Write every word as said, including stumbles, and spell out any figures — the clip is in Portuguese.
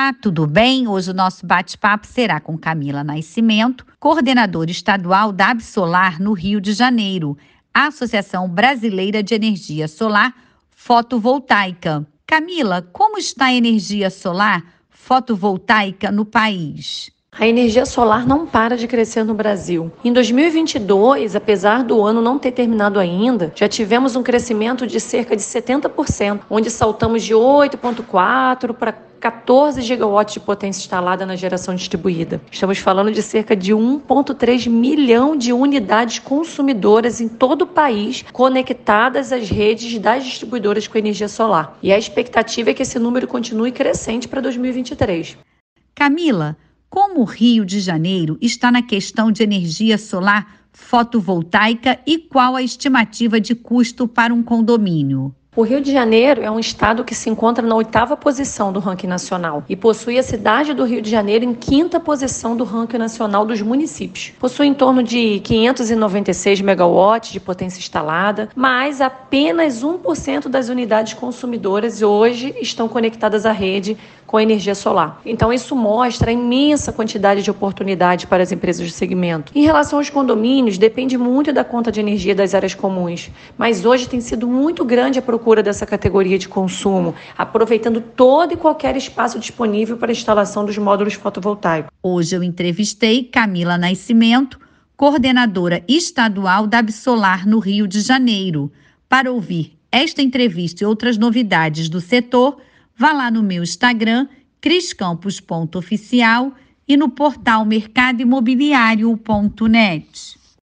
Olá, tudo bem? Hoje o nosso bate-papo será com Camila Nascimento, coordenadora estadual da Absolar no Rio de Janeiro, a Associação Brasileira de Energia Solar Fotovoltaica. Camila, como está a energia solar fotovoltaica no país? A energia solar não para de crescer no Brasil. Em dois mil e vinte e dois, apesar do ano não ter terminado ainda, já tivemos um crescimento de cerca de setenta por cento, onde saltamos de oito vírgula quatro para quatorze gigawatts de potência instalada na geração distribuída. Estamos falando de cerca de um vírgula três milhão de unidades consumidoras em todo o país conectadas às redes das distribuidoras com energia solar. E a expectativa é que esse número continue crescente para dois mil e vinte e três. Camila, como o Rio de Janeiro está na questão de energia solar fotovoltaica e qual a estimativa de custo para um condomínio? O Rio de Janeiro é um estado que se encontra na oitava posição do ranking nacional e possui a cidade do Rio de Janeiro em quinta posição do ranking nacional dos municípios. Possui em torno de quinhentos e noventa e seis megawatts de potência instalada, mas apenas um por cento das unidades consumidoras hoje estão conectadas à rede com energia solar. Então isso mostra a imensa quantidade de oportunidades para as empresas do segmento. Em relação aos condomínios, depende muito da conta de energia das áreas comuns, mas hoje tem sido muito grande a procura dessa categoria de consumo, aproveitando todo e qualquer espaço disponível para a instalação dos módulos fotovoltaicos. Hoje eu entrevistei Camila Nascimento, coordenadora estadual da Absolar no Rio de Janeiro. Para ouvir esta entrevista e outras novidades do setor, vá lá no meu Instagram, cris campos ponto oficial, e no portal mercado imobiliário ponto net.